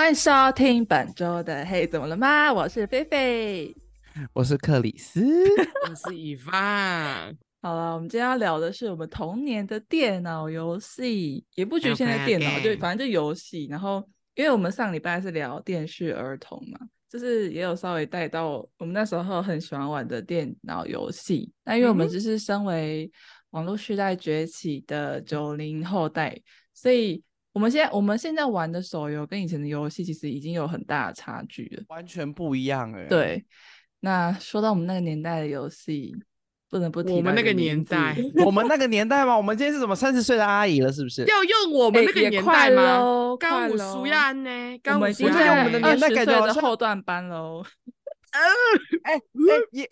欢迎收听本周的嘿，怎么了吗？我是菲菲。 我是克里斯。 我是以凡。 好了，我们今天要聊的是我们童年的电脑游戏，也不局限在 OK 电脑，就 OK， 反正就游戏。然后，因为我们上礼拜是聊电视儿童嘛，就是也有稍微带到我们那时候很喜欢玩的电脑游戏。那因为我们只是身为网络时代崛起的90后代，所以我们现在玩的手游跟以前的游戏其实已经有很大的差距了。 完全不一样哎。 对，那说到我们那个年代的游戏，不能不提到一我们那个名字。 年代我们那个年代吗？我们今天是什么30岁的阿姨了，是不是？ 要用我们那个也年代吗？ 快刚五咯苏亚呢？ 我刚五们已经在苏亚呢？ 我们的年代 20岁的感觉好像后段班喽。 哎也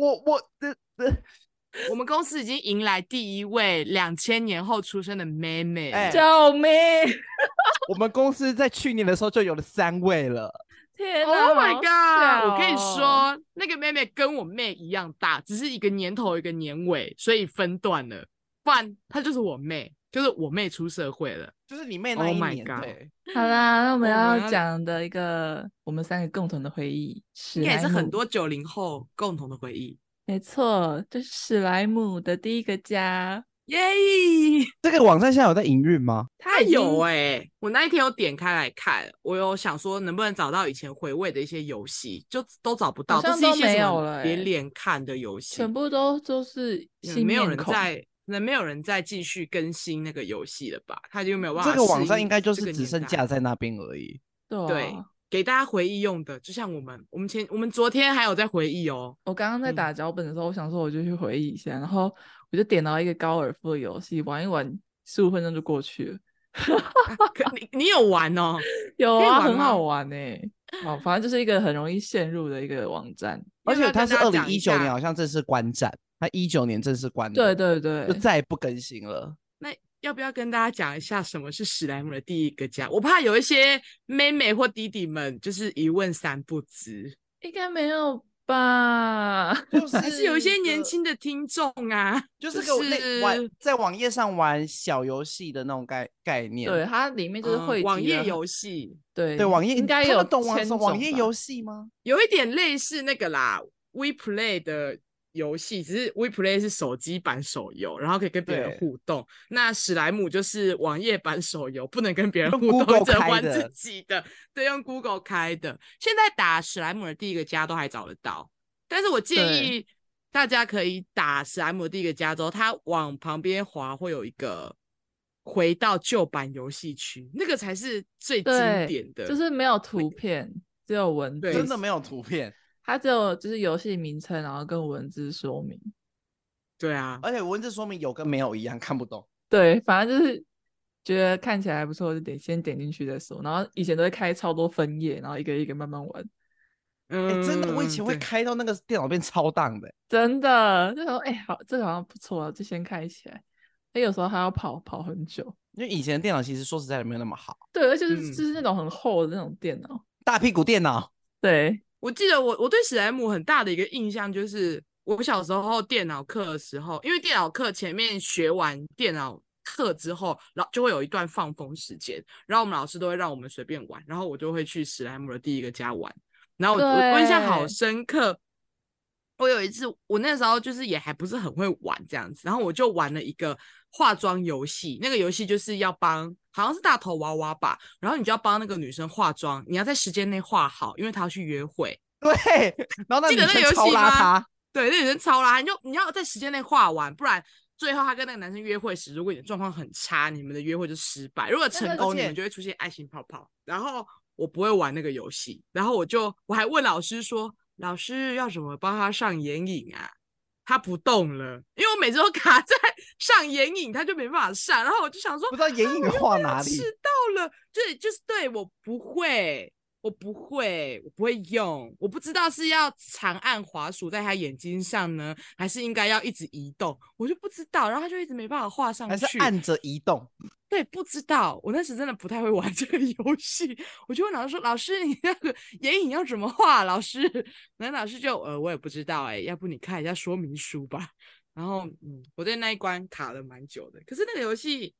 我们公司已经迎来第一位2000年后出生的妹妹了。 救命！ 我们公司在去年的时候就有了3位了。 天 Oh 哪， my 好 god！ 小我跟你哦， 说，那个妹妹跟我妹一样大，只是一个年头一个年尾，所以分段了。不然她就是我妹，就是我妹出社会了。 就是你妹那 Oh 一 my 年。 god！ 对， 好啦，那我们要我们要讲的一个我们3个共同的回忆，史应该也是莱姆。 很多90后共同的回忆。 没错，这是史莱姆的第一个家。 耶！ 这个网站现在有在营运吗？ 它已经有我那一天有点开来看，我有想说能不能找到以前回味的一些游戏，就都找不到， 好像都是一些都没什么有了连连看的游戏， 全部都是新没有面孔。 人在，没有人再继续更新那个游戏了吧？他就没有办法这个网站适应应该就这是只剩个年代架在那边而已。 对对， 啊， 给大家回忆用的，就像我们昨天还有在回忆哦。 我刚刚在打脚本的时候，我想说我就去回忆一下，然后我就点到一个高尔夫的游戏，玩一玩15分钟就过去了。 可你有玩哦？ 有啊， 可以玩吗很好玩好，反正就是一个很容易陷入的一个网站。 而且它是要不要跟大家讲一 2019年下好像正式关站，它19年正式关对的， 对对， 就再也不更新了。 那要不要跟大家讲一下什么是史莱姆的第一个家？我怕有一些妹妹或弟弟们就是一问三不知， 应该没有吧？ 就是还是有一些年轻的听众啊， 就是就个在网页上玩小游戏的那种概念。 对，它里面就是汇集了网页游戏， 对对，网页他应该有们懂玩 1000种吧网页游戏吗？ 有一点类似那个啦，WePlay 的游戏，只是 WePlay 是手机版手游，然后可以跟别人对互动。那史莱姆就是网页版手游，不能跟别人用互动， Google 只能开的玩自己的。对，用 Google 开的。现在打史莱姆的第一个家都还找得到，但是我建议大家可以打史莱姆的第一个家之后，它往旁边滑会有一个回到旧版游戏区，那个才是最经对， 典的。 就是没有图片，只有文字， 对真的没有图片， 它只有就是游戏名称，然后跟文字说明。 对啊， 而且文字说明有跟没有一样，看不懂。 对，反正就是觉得看起来还不错，就先点进去再说。然后以前都会开超多分页，然后一个一个慢慢玩。 真的，我以前会对开到那个电脑变超荡的。 真的，就说好，这个好像不错啊，就先开起来。有时候还要跑很久。 因为以前的电脑其实说实在的没有那么好， 对，而且就是那种很厚的那种电脑。 大屁股电脑。 对， 我记得我对史莱姆很大的一个印象就是，我小时候电脑课的时候，因为电脑课前面学完电脑课之后，然后就会有一段放风时间，然后我们老师都会让我们随便玩，然后我就会去史莱姆的第一个家玩，然后我印象好深刻。我有一次，我那时候就是也还不是很会玩这样子，然后我就玩了一个化妆游戏，那个游戏就是要帮好像是大头娃娃吧，然后你就要帮那个女生化妆，你要在时间内化好，因为她要去约会。 对，然后那女记得那个游戏生超邋吗？ 遢。 对，那女生超邋遢，你要在时间内画完，不然最后她跟那个男生约会时，如果你的状况很差，你们的约会就失败；如果成功，你们就会出现爱心泡泡。然后我不会玩那个游戏，然后我还问老师说，老师要怎么帮他上眼影啊？他不动了，因为我每次都卡在上眼影，他就没办法上。然后我就想说， 不知道眼影画哪里， 迟到了，就是对我不会。我不会用，我不知道是要长按滑鼠在他眼睛上呢，还是应该要一直移动，我就不知道，然后他就一直没办法画上去， 还是按着移动？ 对，不知道，我那时真的不太会玩这个游戏，我就问老师说：“老师，你那个眼影要怎么画？”老师，然后老师就我也不知道要不你看一下说明书吧。然后我在那一关卡了蛮久的，可是那个游戏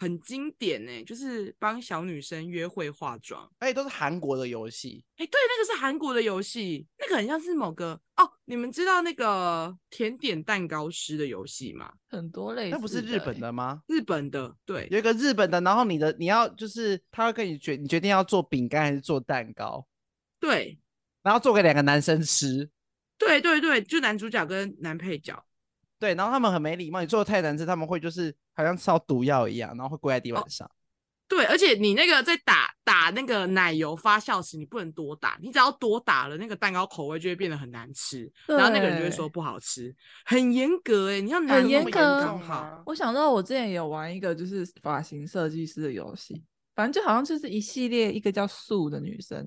很经典欸，就是帮小女生约会化妆。 而且都是韩国的游戏。 对，那个是韩国的游戏，那个很像是某个哦，你们知道那个甜点蛋糕师的游戏吗？ 很多类似的。 那不是日本的吗？ 日本的，对， 有一个日本的，然后你要就是他会跟你决定要做饼干还是做蛋糕， 对， 然后做给2个男生吃。 对对对，就男主角跟男配角。 对，然后他们很没礼貌，你做的太难吃，他们会就是好像烧毒药一样，然后会跪在地板上。 对，而且你那个在打那个奶油发酵时，你不能多打，你只要多打了，那个蛋糕口味就会变得很难吃，然后那个人就会说不好吃，很严格欸，你要拿很严格刚好。 我想到我之前也有玩一个就是发型设计师的游戏，反正就好像就是一系列，一个叫素的女生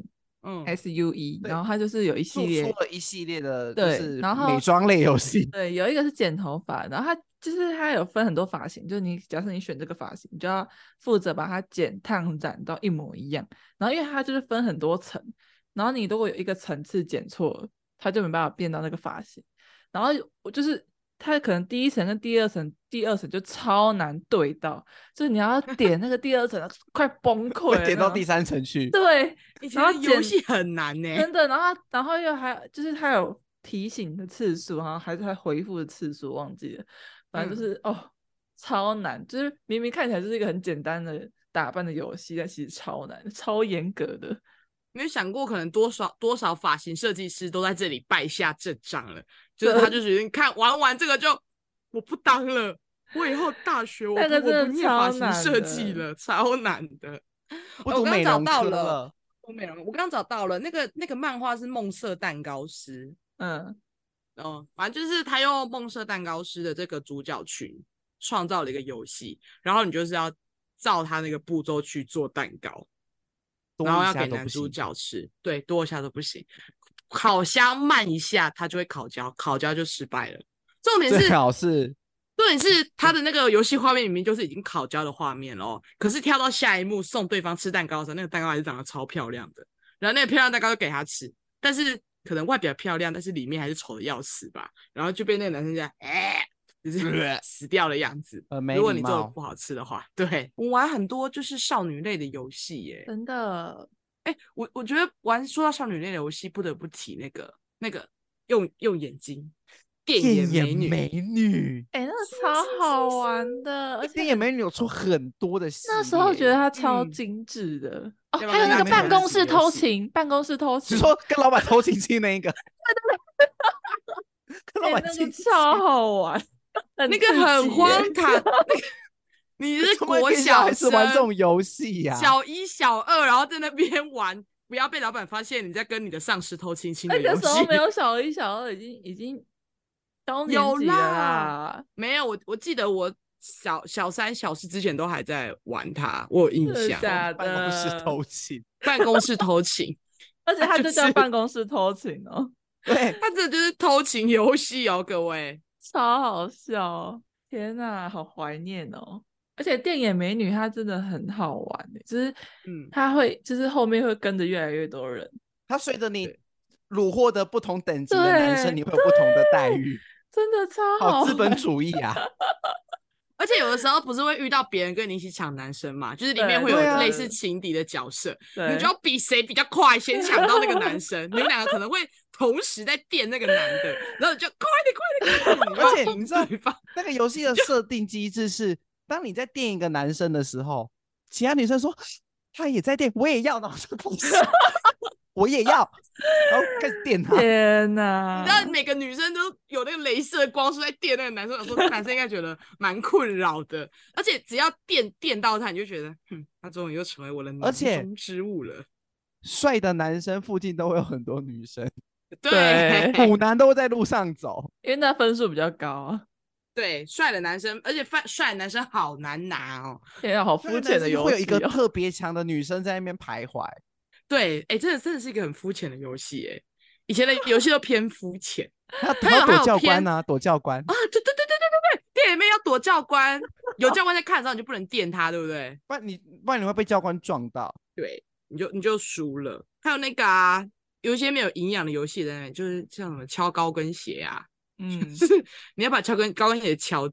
，SUE，然后她就是有一系列出了一系列的就对， 是然后美妆类游戏。 对，有一个是剪头发，然后它有分很多发型，就是假设你选这个发型，你就要负责把它剪烫染到一模一样。然后因为它就是分很多层，然后你如果有一个层次剪错了，它就没办法变到那个发型。然后我就是它可能第一层跟第二层就超难对到，就是你要点那个第二层快崩溃了， 会点到第3层去。 对，然后游戏很难呢， 真的，然后又就是它有提醒的次数，然后还是它回复的次数忘记了，反正就是、超难，就是明明看起来就是一个很简单的打扮的游戏，但其实超难，超严格的。 没有想过可能多少发型设计师都在这里败下阵仗了，就是他就决定看玩完这个就我不当了，我以后大学我不念发型设计了，超难的。 不读美容科了。 我刚找到了那个漫画是梦色蛋糕师，反正就是他用梦色蛋糕师的这个主角群创造了一个游戏，然后你就是要照他那个步骤去做蛋糕。然后要给男主角吃，对，多一下都不行。烤箱慢一下，它就会烤焦，烤焦就失败了。重点是他的那个游戏画面里面就是已经烤焦的画面了，可是跳到下一幕送对方吃蛋糕的时候，那个蛋糕还是长得超漂亮的，然后那个漂亮蛋糕就给他吃，但是可能外表漂亮，但是里面还是丑的要死吧，然后就被那个男生这样就是死掉的样子。如果你做的不好吃的话，对，我玩很多就是少女类的游戏耶， 真的。 我觉得说到少女类的游戏，不得不提那个用眼睛电眼美女， 那个超好玩的，而且电眼美女有出很多的系列， 那时候觉得它超精致的。还有那个办公室偷情， 你说跟老板偷情期那一个，跟老板那个超好玩。 那个很荒唐，你是国小还是玩这种游戏呀？ 小1、小2，然后在那边玩，不要被老板发现你在跟你的上司偷亲的游戏。 那个时候没有小1、小2，已经高年级了啦。 没有，我记得我小3、小4之前都还在玩它，我有印象。 办公室偷情， 办公室偷情， 而且它就叫办公室偷情哦。 对， 它这就是偷情游戏哦，各位。 超好笑，天哪，好怀念哦！而且电眼美女她真的很好玩，就是她会就是后面会跟着越来越多人， 她随着你虏获的不同等级的男生，你会有不同的待遇， 真的超好资本主义啊！ 而且有的时候不是会遇到别人跟你一起抢男生嘛，就是里面会有类似情敌的角色，你就要比谁比较快先抢到那个男生，你们两个可能会同时在电那个男的，然后你就快点， 而且你知道那个游戏的设定机制是，当你在电一个男生的时候，其他女生说他也在电，我也要，然后就开始我也要，然后开始电他。 天哪！ 你知道每个女生都有那个雷射光束在电那个男生，我说男生应该觉得蛮困扰的，而且只要电到他，你就觉得，他终于又成为我的囊中之物了。 帅的男生附近都会有很多女生， 对， 虎男都会在路上走， 因为那分数比较高啊。 对，帅的男生，而且帅的男生好难拿哦。 天啊，好肤浅的游戏， 会有一个特别强的女生在那边徘徊。 对，真的是一个很肤浅的游戏哎。以前的游戏都偏肤浅， 还有躲教官啊，躲教官啊，对，电里面要躲教官，有教官在看的时候你就不能电他，对不对？ 不然你会被教官撞到， 对，你就输了。还有那个啊，有一些没有营养的游戏在那里，就是像什么敲高跟鞋啊，就是你要把高跟鞋敲掉。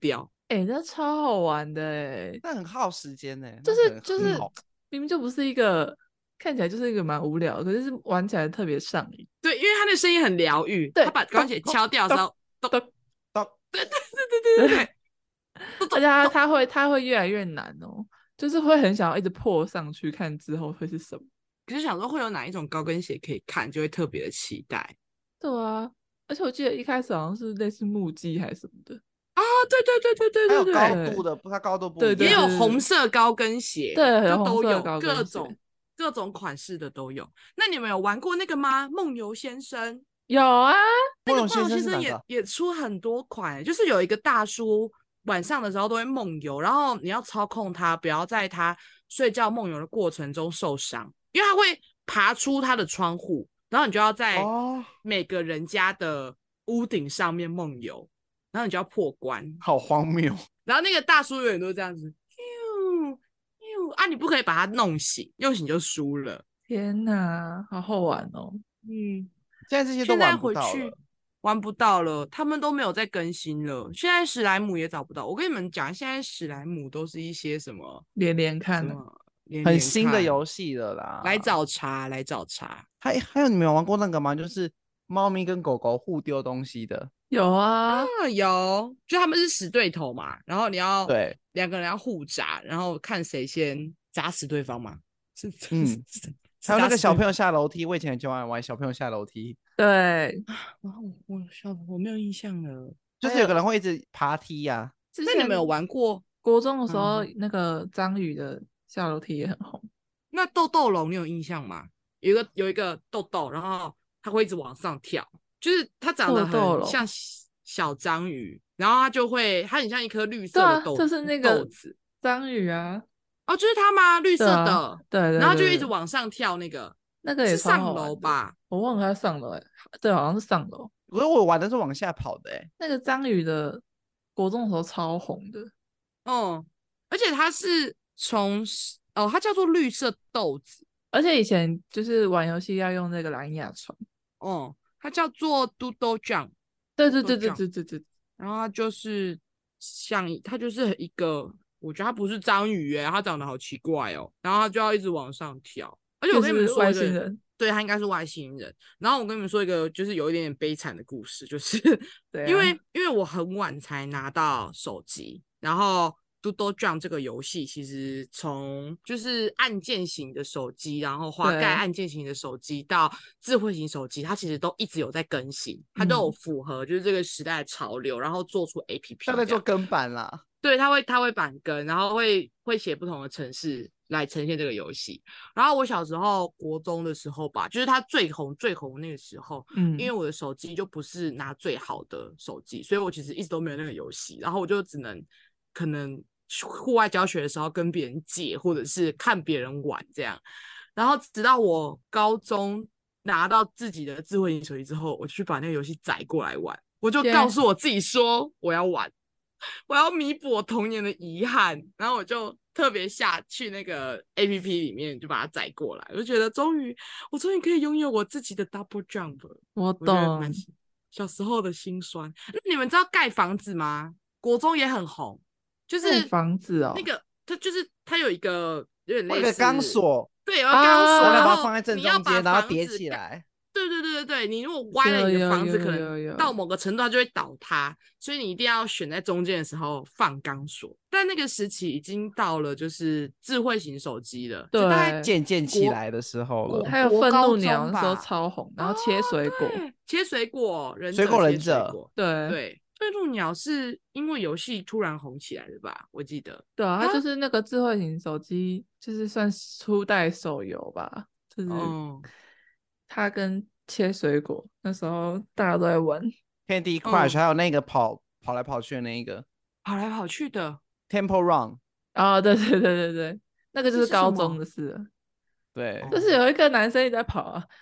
那超好玩的那很耗时间呢， 就是很好。 明明就不是一个看起来就是一个蛮无聊的，可是玩起来特别上瘾。 对，因为他的声音很疗愈， 对， 他把钢琴敲掉的时候， 咚对对对对对对， 而且它会越来越难哦，就是会很想要一直破上去看之后会是什么。 可是想说会有哪一种高跟鞋可以看，就会特别的期待。 对啊，而且我记得一开始好像是类似木屐还是什么的啊，对对对对对还有对对， 高度的，它高度不一样， 也有红色高跟鞋， 对， 就红都有色高跟鞋各种款式的都有。那你们有玩过那个吗？梦游先生？ 有啊， 那个梦游先生先生也出很多款，就是有一个大叔晚上的时候都会梦游，然后你要操控他，不要在他睡觉梦游的过程中受伤，因为他会爬出他的窗户，然后你就要在每个人家的屋顶上面梦游，然后你就要破关， 好荒谬。 然后那个大叔永远都是这样子，啊，你不可以把他弄醒，弄醒就输了。 天哪，好好玩哦。 现在这些都玩不到了， 现在回去玩不到了，他们都没有在更新了。现在史莱姆也找不到。我跟你们讲，现在史莱姆都是一些什么连连看的， 很新的游戏了啦。 来找茬，来找茬。 还有你们有玩过那个吗？就是猫咪跟狗狗互丢东西的。 有啊， 有，就他们是死对头嘛，然后你要对 2个人要互砸，然后看谁先砸死对方嘛。 还有那个小朋友下楼梯，我以前很喜欢玩小朋友下楼梯。 对， 然后我没有印象了， 就是有个人会一直爬梯呀。 那你们有玩过？ 国中的时候，那个章鱼的下楼梯也很红。 那豆豆龙你有印象吗？有一个豆豆，然后它会一直往上跳，就是它长得很像小章鱼，然后它很像一颗绿色的就是那个豆子章鱼啊。 哦，就是它吗？绿色的， 对， 然后就一直往上跳，那个也是上楼吧？ 我忘了它上楼对，好像是上楼。 可是我玩的是往下跑的那个章鱼的国中的时候超红的。 而且它是它叫做绿色豆子， 而且以前就是玩游戏要用那个蓝牙传。 它叫做 Doodle Jump。 对， 然后它就是它就是一个，我觉得它不是章鱼它长得好奇怪哦，然后它就要一直往上跳，而且我跟你们说外星人， 对，它应该是外星人。然后我跟你们说一个就是有一点点悲惨的故事，就是因为我很晚才拿到手机，然后Doodle Jump 这个游戏其实从就是按键型的手机，然后滑盖按键型的手机到智慧型手机，它其实都一直有在更新，它都有符合就是这个时代的潮流，然后做出 APP。 它在做跟版啦。 对，它会版更，然后会写不同的程式来呈现这个游戏。然后我小时候国中的时候吧，就是它最红那个时候，因为我的手机就不是拿最好的手机，所以我其实一直都没有那个游戏，然后我就只能可能户外教学的时候跟别人借，或者是看别人玩这样。然后直到我高中拿到自己的智慧型手机之后，我就去把那个游戏载过来玩，我就告诉我自己说我要玩，我要弥补我童年的遗憾，然后我就特别下去那个 APP 里面就把它载过来，我就觉得我终于可以拥有我自己的 Double Jump。 我懂， 小时候的辛酸。那你们知道盖房子吗？国中也很红，就是房子哦， 那个它有一个有点类似那个钢索， 对，有个钢索， 然后把它后放在正中间，然后叠起来。 对，你如果歪了你的房子，可能到某个程度它就会倒塌，所以你一定要选在中间的时候放钢索。但那个时期已经到了就是智慧型手机了， 对， 就大概渐渐起来的时候了。 还有愤怒鸟那时候超红，然后切水果， 切水果， 水果忍者， 对。愤怒鸟是因为游戏突然红起来的吧？我记得。 对啊，它就是那个智慧型手机，就是算初代手游吧，就是它跟切水果那时候大家都在玩 Candy Crush，还有那个跑来跑去的那一个， 跑来跑去的 Temple Run。 对，那个就是高中的事了。 对， 就是有一个男生一直在跑啊，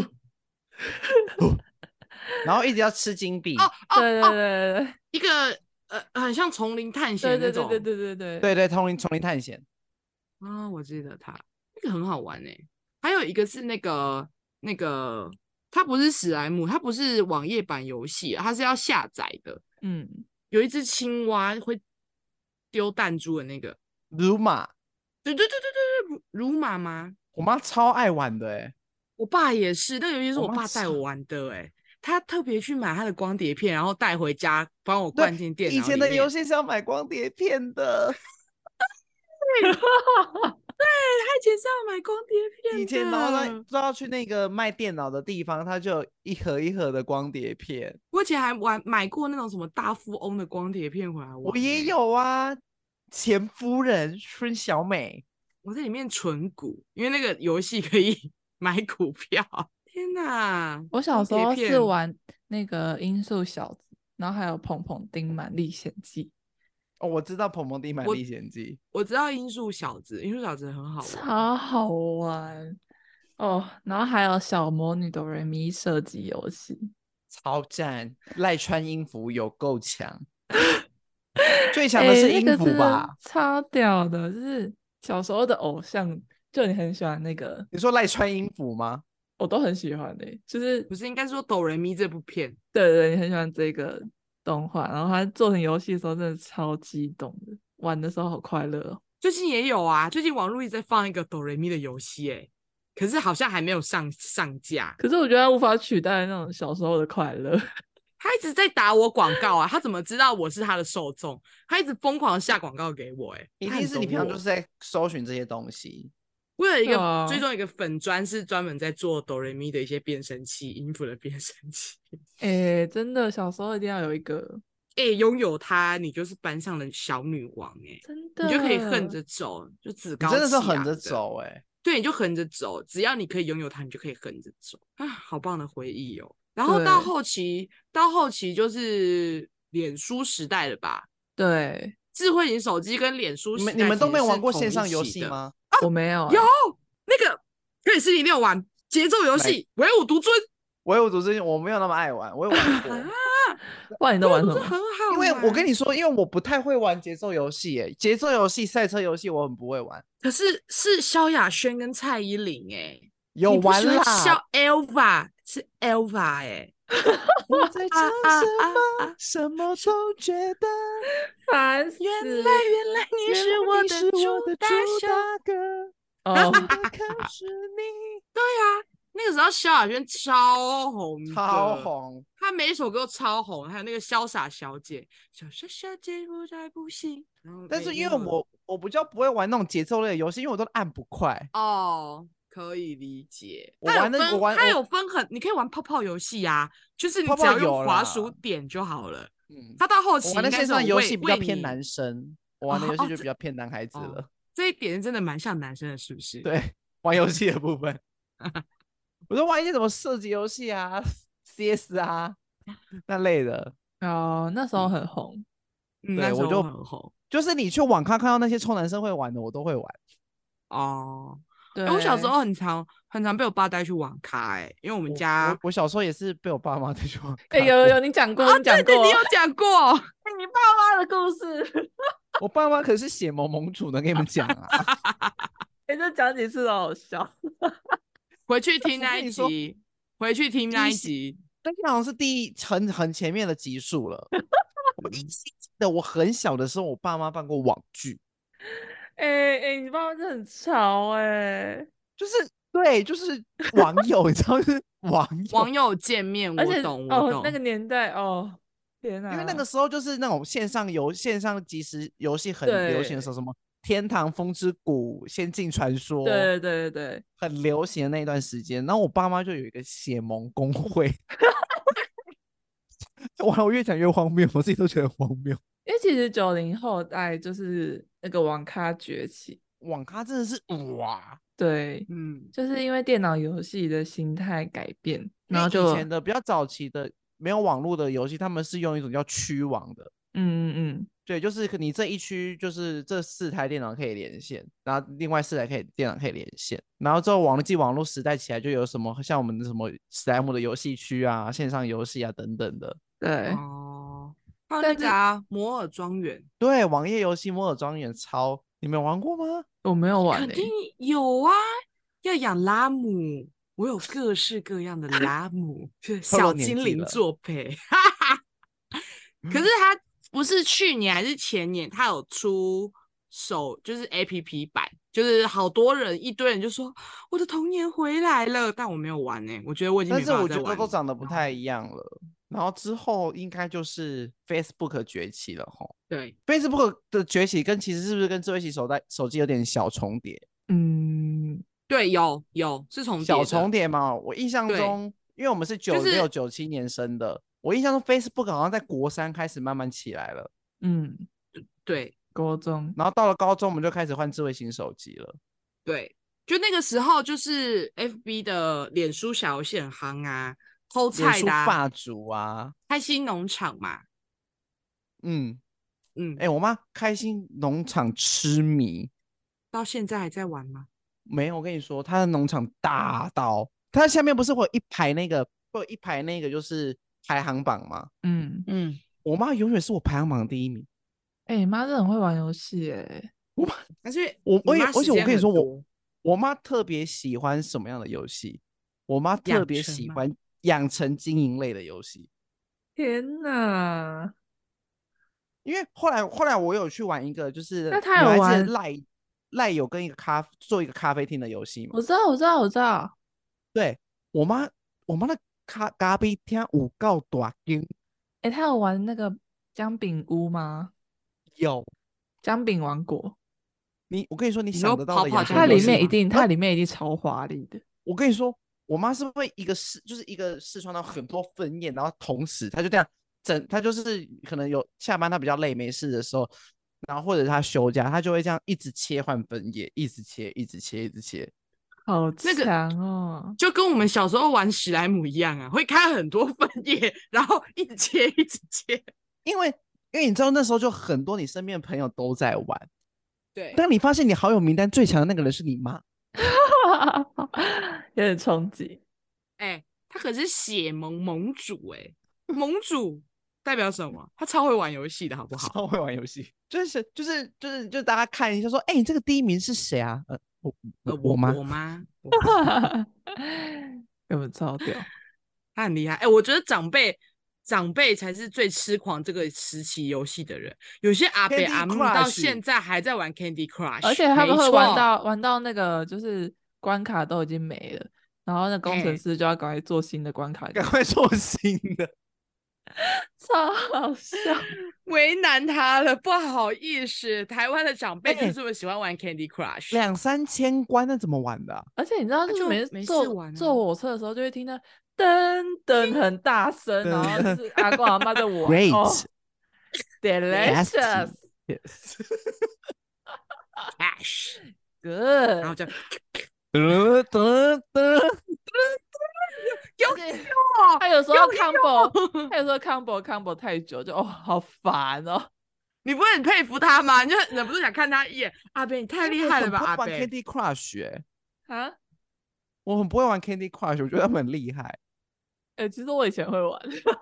然后一直要吃金币。 对， 一个很像丛林探险那种。 对，丛林探险。 我记得它那个很好玩还有一个是那个，它不是史莱姆，它不是网页版游戏，它是要下载的。有一只青蛙会丢弹珠的那个。 鲁马， 对对对对对对，鲁马吗？ 我妈超爱玩的我爸也是，那个游戏是我我妈超爸带我玩的他特别去买他的光碟片，然后带回家帮我对， 灌进电以脑里面。 前的游戏是要买光碟片的， 他以前是要买光碟片的。 以前然后呢都要去那个卖电脑的地方，它就有一盒一盒的光碟片。 我以前还买过那种什么大富翁的光碟片回来玩。 我也有啊，前夫人孙小美。 我在里面存股，因为那个游戏可以买股票。天哪！ 我小时候光碟片是玩那个音速小子，然后还有碰碰丁满历险记， 哦，我知道《鹏鹏地满历险记》， 我知道音速小子，音速小子很好玩， 超好玩哦。然后还有小魔女哆瑞咪射击游戏， 超赞，赖川音符有够强，最强的是音那个真符吧？ 的超屌的，就是小时候的偶像，就你很喜欢那个， 你说赖川音符吗？ 我都很喜欢的、就是不是应该说哆瑞咪这部片？ 对对，你很喜欢这个动画，然后它做成游戏的时候真的超激动的，玩的时候好快乐哦。 最近也有啊，最近网络一直在放一个哆瑞咪的游戏，可是好像还没有上架。 可是我觉得它无法取代那种小时候的快乐。 他一直在打我广告啊，他怎么知道我是他的受众？他一直疯狂下广告给我， 一他很懂定是你平常我就是在搜寻这些东西。 我有一个对啊追踪一个粉专，是专门在做哆瑞咪的一些变声器，音符的变声器。 真的小时候一定要有一个， 拥有它，你就是班上的小女王， 真的你就可以横着走，就趾你高真的是横着气扬的。 走对，你就横着走，只要你可以拥有它，你就可以横着走啊，好棒的回忆哦。然后到后期就是脸书时代了吧？ 对， 智慧型手机跟脸书时代你们都没有玩过其实是同一线上游期的？ 戏吗？ 我没有、 有那个可以是你有玩节奏游戏《唯我独尊》 唯我独尊我没有那么爱玩，我有玩过。 啊， 不然你都玩什么？ 这很好玩。 因为我跟你说，因为我不太会玩节奏游戏，节奏游戏、赛车游戏我很不会玩。 可是萧亚轩跟蔡依林有你不喜欢玩啦， 萧 Elva 是 Elva 我在讲什么， 啊什么都觉得。 烦死！ 原来你是我的主打歌， 哦， 真的可是你， 对啊，那个时候萧亚轩超红的， 超红。 她每一首歌都超红，还有那个潇洒小姐，潇洒小姐不再不行。 但是因为我比较不会玩那种节奏类的游戏，因为我都按不快。 可以理解。 我玩的我玩它有分你可以玩泡泡游戏啊，就是你泡只要用泡有啦滑鼠点就好了。 嗯， 它到后期我玩的应该是有线上游戏比较为你偏男生，我玩的游戏就比较偏男孩子了。 这一点真的蛮像男生的，是不是？ 对，玩游戏的部分，我都玩一些什么射击游戏啊、CS 啊那类的。 哦，那时候很红。 那时候对我就很红就是你去网咖看到那些臭男生会玩的，我都会玩。 哦。 对， 我小时候很常被我爸带去网咖，因为我们家我小时候也是被我爸妈带去网咖。 有你讲过，你讲过， 对，你有讲过你爸妈的故事。 我爸妈可是血萌萌主的，跟你们讲啊。 这讲几次都好笑。 回去听那一集， 但是好像是很前面的集数了。我依稀记得我很小的时候，我爸妈办过网剧。 你爸妈真的很潮就是对，就是网友，你知道，就是网友见面， 而且我懂， 那个年代天哪！ 因为那个时候就是那种线上即时游戏很流行的时候，什么天堂、风之谷、仙境传说， 对， 很流行的那一段时间。然后我爸妈就有一个血盟公会。哇，我越讲越荒谬，我自己都觉得荒谬。 因为其实90后代就是那个网咖崛起， 网咖真的是哇， 对，就是因为电脑游戏的形态改变，然后就以前的比较早期的没有网络的游戏，他们是用一种叫区网的。对，就是你这一区就是这4台电脑可以连线，然后另外4台电脑可以连线，然后之后网络时代起来，就有什么像我们的什么史莱姆的游戏区啊、线上游戏啊等等的。 对， 还有那个摩尔庄园， 对，网页游戏摩尔庄园你们有玩过吗？ 我没有玩肯定有啊，要养拉姆，我有各式各样的拉姆，小精灵作陪。可是不是去年还是前年，他有出就是 APP 版，就是好多人一堆人就说我的童年回来了，但我没有玩我觉得我已经但没办法再玩了。 是我觉得都长得不太一样了。然后之后应该就是 Facebook 崛起了吼。 对 ，Facebook 的崛起其实是不是跟智慧型手机有点小重叠？ 对，有是重叠小的， 重叠嘛。我印象中，因为我们是96、97年生的，我印象中 Facebook 好像在国3开始慢慢起来了。 对， 高中， 然后到了高中，我们就开始换智慧型手机了。 对，就那个时候，就是 FB 的脸书小游戏很夯啊，偷菜的脸书霸主啊， 开心农场嘛。 我妈开心农场痴迷， 到现在还在玩吗？ 没有，我跟你说，她的农场大到，它下面不是会有一排那个就是排行榜吗？我妈永远是我排行榜的第1名。 你妈真的很会玩游戏我妈， 而且而且我跟你说，我妈特别喜欢什么样的游戏？我妈特别喜欢养成经营类的游戏。 天哪！ 因为后来我有去玩一个，就是那他有玩赖有跟做一个咖啡厅的游戏吗？ 我知道。 对，我妈的咖啡厅有够大间。 他有玩那个姜饼屋吗？ 有姜饼王国。 我跟你说，你想得到的它里面一定超华丽的。 我跟你说，我妈是会就是一个视窗到很多分页，然后同时她就这样她就是可能有下班她比较累没事的时候，然后或者她休假，她就会这样一直切换分页，一直切。 好强哦！ 就跟我们小时候玩史莱姆一样啊，会开很多分页，然后一直切。 因为你知道那时候就很多你身边的朋友都在玩。 对， 当你发现你好友名单最强的那个人是你妈， 有点冲击。 他可是血盟主盟主代表什么？他超会玩游戏的好不好？ 超会玩游戏，就是大家看一下说，你这个第1名是谁啊？我妈， 根本超屌， 他很厉害。我觉得长辈才是最痴狂这个时期游戏的人。有些阿伯阿姆到现在还在玩 Candy Crush， 而且他们会玩到那个就是关卡都已经没了，然后那工程师就要赶快做新的关卡， 赶快做新的， 超好笑。 为难他了，不好意思，台湾的长辈就是这么喜欢玩 Candy Crush， 2-3千关那怎么玩的？ 而且你知道，就是每次坐火车的时候就会听到噔噔很大声，然后就是阿公阿妈在玩。 Great， delicious， cash good， 然后就他有时候 combo 太久就好烦哦。 你不会很佩服他吗？你就忍不住想看他一眼。阿伯，你太厉害了吧！阿伯， 我很不会玩 Candy Crush 啊， 我很不会玩 Candy Crush， 我觉得他们很厉害。 其实我以前会玩。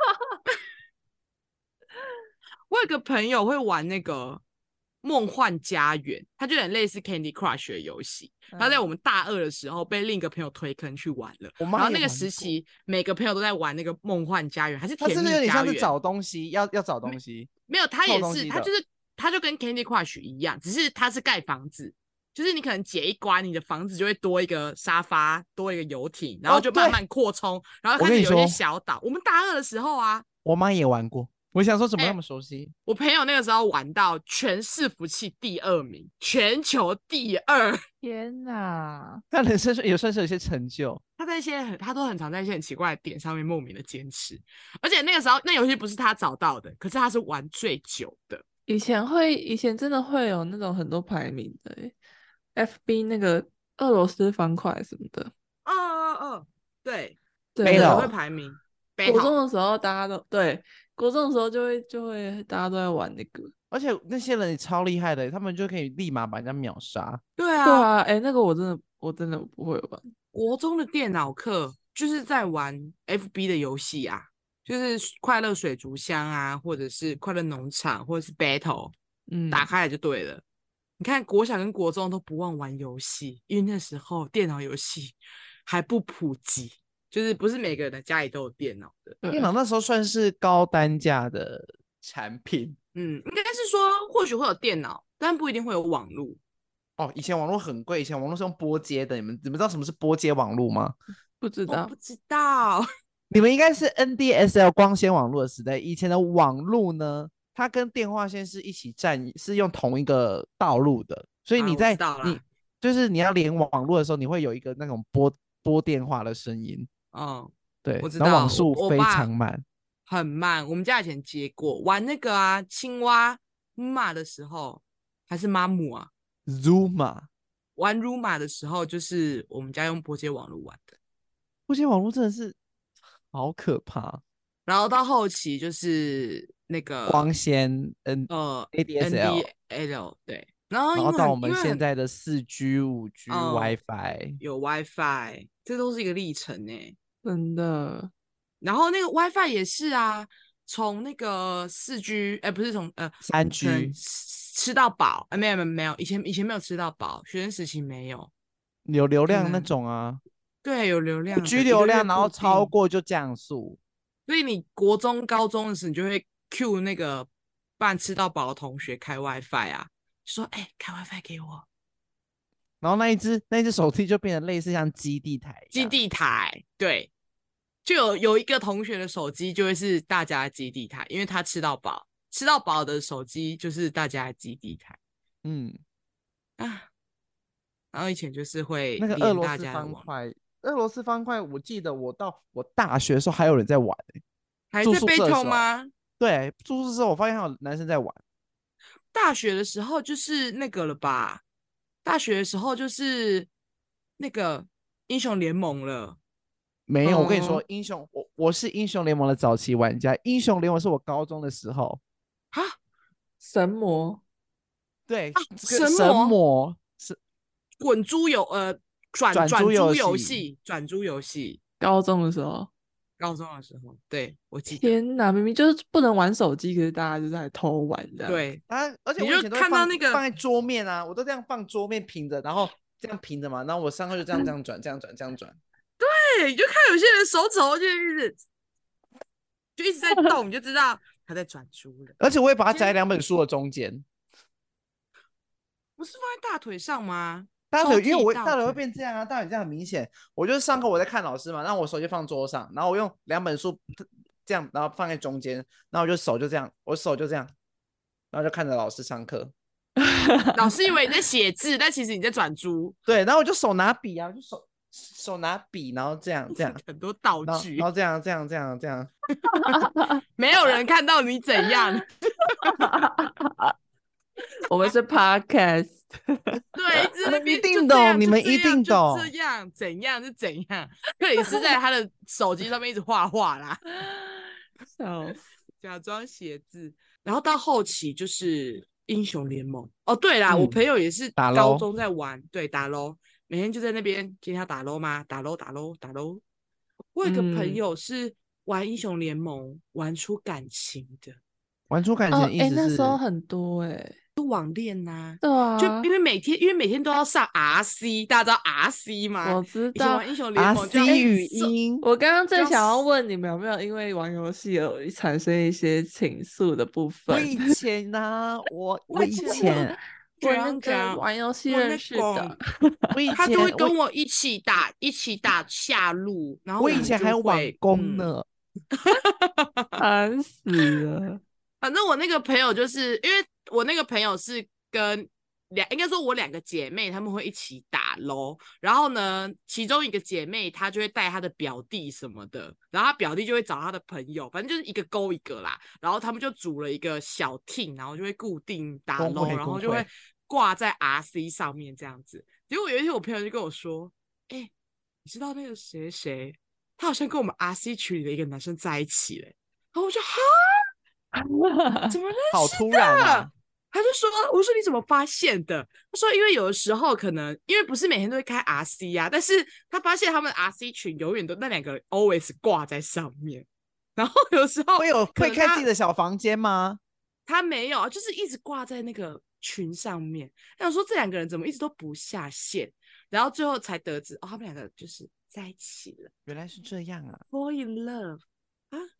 我有个朋友会玩那个梦幻家园，它就很类似 Candy Crush 的游戏。他在我们大2的时候被另一个朋友推坑去玩了，然后那个时期每个朋友都在玩那个梦幻家园，还是甜蜜家园。它是有点像是找东西，要找东西。 没有，他也是，他就跟 Candy Crush 一样，只是他是盖房子，就是你可能解一关，你的房子就会多一个沙发，多一个游艇，然后就慢慢扩充，然后开始有一些小岛。我们大2的时候啊， 我妈也玩过。我想说怎么那么熟悉？ 我朋友那个时候玩到全伺服器第2名，全球第2。 天哪！ 他人生也算是有些成就。 他都很常在一些很奇怪的点上面莫名的坚持，而且那个时候那游戏不是他找到的，可是他是玩最久的。 以前真的会有那种很多排名的FB 那个俄罗斯方块什么的。 对，会排名。 国中的时候大家都对。国中的时候就会大家都在玩那个， 而且那些人也超厉害的，他们就可以立马把人家秒杀。 对啊， 那个我真的不会玩。 国中的电脑课就是在玩 FB 的游戏啊，就是快乐水族箱啊，或者是快乐农场，或者是 Battle，打开来就对了。你看国小跟国中都不忘玩游戏，因为那时候电脑游戏还不普及。就是不是每个人的家里都有电脑的， 电脑那时候算是高单价的产品， 应该是说或许会有电脑，但不一定会有网络。 哦，以前网络很贵，以前网络是用拨接的，你们知道什么是拨接网络吗？ 不知道我不知道。 你们应该是 NDSL 光纤网络的时代。以前的网络呢，它跟电话线是一起是用同一个道路的，所以我知道啦。 就是你要连网络的时候，你会有一个那种拨电话的声音。对， 我知道。 然后网速非常慢， 很慢。我们家以前接过玩那个啊，青蛙马的时候，还是妈母啊 Zuma 玩 Ruma 的时候，就是我们家用拨接网络玩的。 拨接网络真的是好可怕。 然后到后期就是那个光纤ADSL NDL 对， 然后到我们现在的4G 5G WiFi 有 WiFi， 这都是一个历程呢， 真的。 然后那个 WiFi 也是啊，从那个4G 不是从 3G 吃到饱，没有，以前没有吃到饱，学生时期没有有流量那种啊， 对，有流量 ，5G 流量，然后超过就降速。 所以你国中、高中的时候，你就会 cue 那个办吃到饱的同学开 WiFi 啊，说开 WiFi 给我。 然后那一只手机就变得类似像基地台一样。 基地台，对，就有一个同学的手机就会是大家的基地台，因为他吃到饱，吃到饱的手机就是大家的基地台。然后以前就是会那个俄罗斯方块，俄罗斯方块，我记得我到我大学的时候还有人在玩， 还在 battle 吗？ 对，住宿舍我发现还有男生在玩。 大学的时候就是那个了吧？大学的时候就是那个英雄联盟了。 没有，我跟你说，我是英雄联盟的早期玩家，英雄联盟是我高中的时候。 啊， 神魔， 对， 神魔是滚珠转珠游戏，转珠游戏。 高中的时候， 对，我记得。 天哪，明明就是不能玩手机，可是大家就在偷玩的。 对而且我以前都看到那个放在桌面啊，我都这样放桌面平着，然后这样平着嘛，然后我上课就这样转，这样转。 对，你就看有些人手指头就一直在动，你就知道他在转珠了。 而且我会把它夹在2本书的中间。 不是放在大腿上吗？ 大腿，因为我大腿会变这样啊，大腿这样很明显。我就是上课我在看老师嘛，然后我手机放桌上，然后我用2本书这样，然后放在中间，然后我手就这样，然后就看着老师上课。 老师以为你在写字，但其实你在转珠。 对，然后我就手拿笔啊，就手拿笔，然后这样很多道具， 然后这样， 没有人看到你怎样。 我们是 podcast。 对，一直那边一定懂，你们一定懂。 这样怎样是怎样。克里斯在他的手机上面一直画画啦， 笑死， 假装写字。然后到后期就是英雄联盟。哦，对啦，我朋友也是高中在玩，对，打 LOL，每天就在那边今天要打 LOL 吗？打 LOL。我有一个朋友是玩英雄联盟玩出感情的。 玩出感情的意思是那时候很多网恋呐， 对啊， 就因为每天都要上 RC， 大家知道 RC 吗？ 我知道， 以前玩英雄联盟就 RC 语音。 我刚刚正想要问你们有没有因为玩游戏而产生一些情愫的部分。 我以前呢，我以前我那个玩游戏认识的， 他就会跟我一起打下路，然后我以前还有网工呢， 烦死了。 反正我那个朋友就是因为我那个朋友是跟应该说我2个姐妹，她们会一起打 LOL， 然后呢，其中一个姐妹她就会带她的表弟什么的，然后她表弟就会找她的朋友，反正就是一个勾一个啦，然后他们就组了一个小 team， 然后就会固定打 LOL， 然后就会挂在 RC 上面这样子。结果有一天我朋友就跟我说，你知道那个谁谁，他好像跟我们 RC 群里的一个男生在一起嘞，然后我就哈。怎么认识的？ 好突然啊！ 他就说：“我说你怎么发现的？”他说：“因为有的时候可能因为不是每天都会开 RC 啊，但是他发现他们 RC 群永远都那2个 always 挂在上面，然后有时候会开自己的小房间吗？ 他没有，就是一直挂在那个群上面。想说这2个人怎么一直都不下线，然后最后才得知他们2个就是在一起了。 原来是这样啊 ，fall in love。” 啊，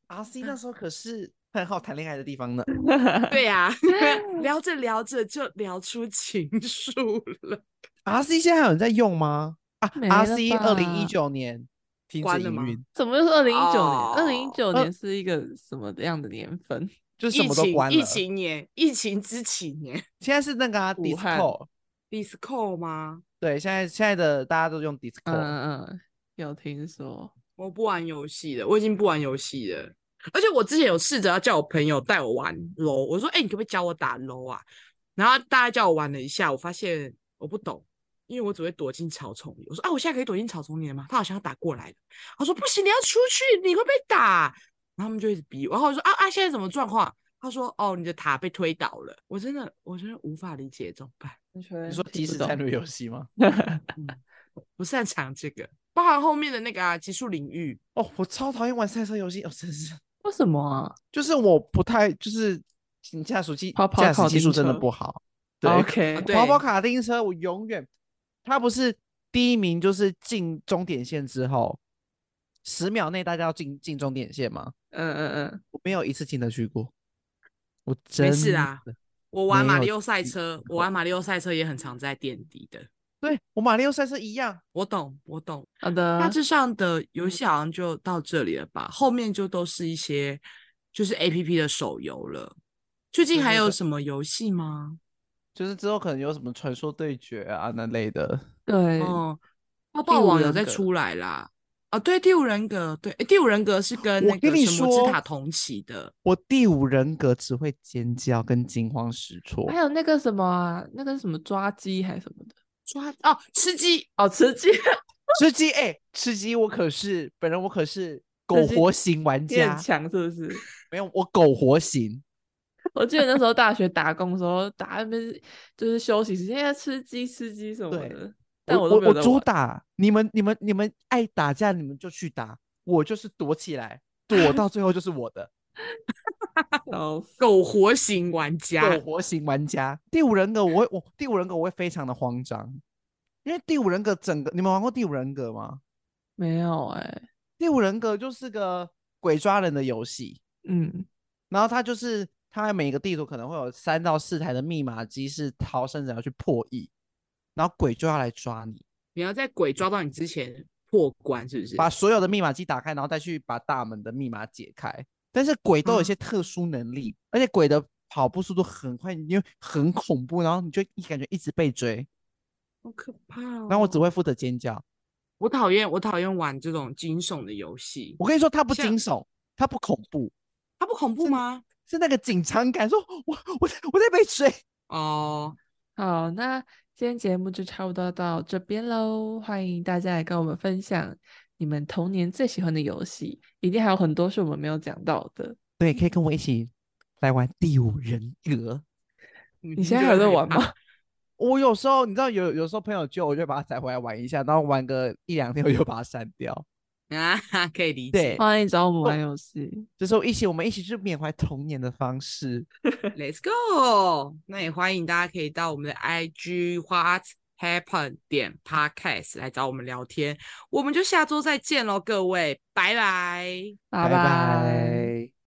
RC 那时候可是很好谈恋爱的地方呢。 对呀、聊着聊着就聊出情愫了。 RC 现在还有人在用吗？啊没了 ，RC 吧？ 2019年停止关了吗？ 营运， 怎么又是2019年？二零一哦， 九年是一个什么样的年份？ 就是什么都关疫了。 情年，疫情之起年现在是那个武汉 Discord， ，Disco 吗？ 对，现在的大家都用 Discord。 有听说。 我不玩游戏了，我已经不玩游戏了。而且我之前有试着要叫我朋友带我玩 LO， 我说：“你可不可以教我打 LO 啊？”然后大家叫我玩了一下，我发现我不懂，因为我只会躲进草丛里。我说：“我现在可以躲进草丛里了吗？”他好像要打过来了。他说：“不行，你要出去，你会被打。”然后他们就一直逼我，然后我说：“现在什么状况？”他说：“你的塔被推倒了。”我真的无法理解，怎么办？ 你你说即时战略游戏吗？ 不擅长这个，包含后面的那个极速领域。 哦，我超讨厌玩赛车游戏，真是， 为什么啊？ 就是我不太就是你驾驶跑考技术真的丁车不好。对， OK， 对跑卡丁车我永远，他不是第一名就是进终点线之后10秒内大家要进终点线吗？我没有一次进得去过，我没事真啦， 的我玩没有马里奥赛进车，我过。 玩马里奥赛车也很常在垫底的。 对，我马里奥赛车一样。 我懂。 好大的。 致上的游戏好像就到这里了吧，后面就都是一些就是 APP 的手游了。最近还有什么游戏吗？ 就是之后可能有什么传说对决啊那类的。 对， 哦，泡第五泡网有人格在出来啦。对，第五人格，对，第五人格是跟我跟你那个神魔之说塔同期的。 我第五人格只会尖叫跟惊慌失措。 还有那个什么啊，那个什么抓鸡还是什么的。 吃鸡。 吃鸡。 吃鸡，吃鸡，本人我可是狗活型玩你很家。 强是不是？ 没有，我狗活型。 我记得那时候大学打工的时候，打那边就是休息时间要吃鸡什么对， 的，但我都我主没有在玩。 打，你们爱打架你们就去打，我就是躲起来，躲到最后就是我的。 笑死。 狗活型玩家。 狗活型玩家。第五人格第五人格我会非常的慌张，因为第五人格你们玩过第五人格吗？ 没有第五人格就是个鬼抓人的游戏。然后它每个地图可能会有3到4台的密码机是逃生者要去破译，然后鬼就要来抓你。 你要在鬼抓到你之前破关，是不是？ 把所有的密码机打开，然后再去把大门的密码解开。但是鬼都有一些特殊能力，而且鬼的跑步速度很快，因为很恐怖，然后你就感觉一直被追。 好可怕哦！ 然后我只会负责尖叫。 我讨厌玩这种惊悚的游戏。 我跟你说，它不惊悚，它不恐怖。 它不恐怖吗？ 是那个紧张感，说我在被追。 哦， 好，那今天节目就差不多到这边喽。欢迎大家来跟我们分享你们童年最喜欢的游戏，一定还有很多是我们没有讲到的。 对，可以跟我一起来玩第五人格。 你现在还在玩吗？ 我有时候你知道有时候朋友救我就把它载回来玩一下，然后玩个1-2天我就把它删掉。 可以理解。 欢迎找我们玩游戏， 就是我们一起去缅怀童年的方式。 Let's go！ 那也欢迎大家可以到我们的 IG What Happen 点 Podcast 来找我们聊天。我们就下周再见喽，各位，拜拜， 拜拜拜。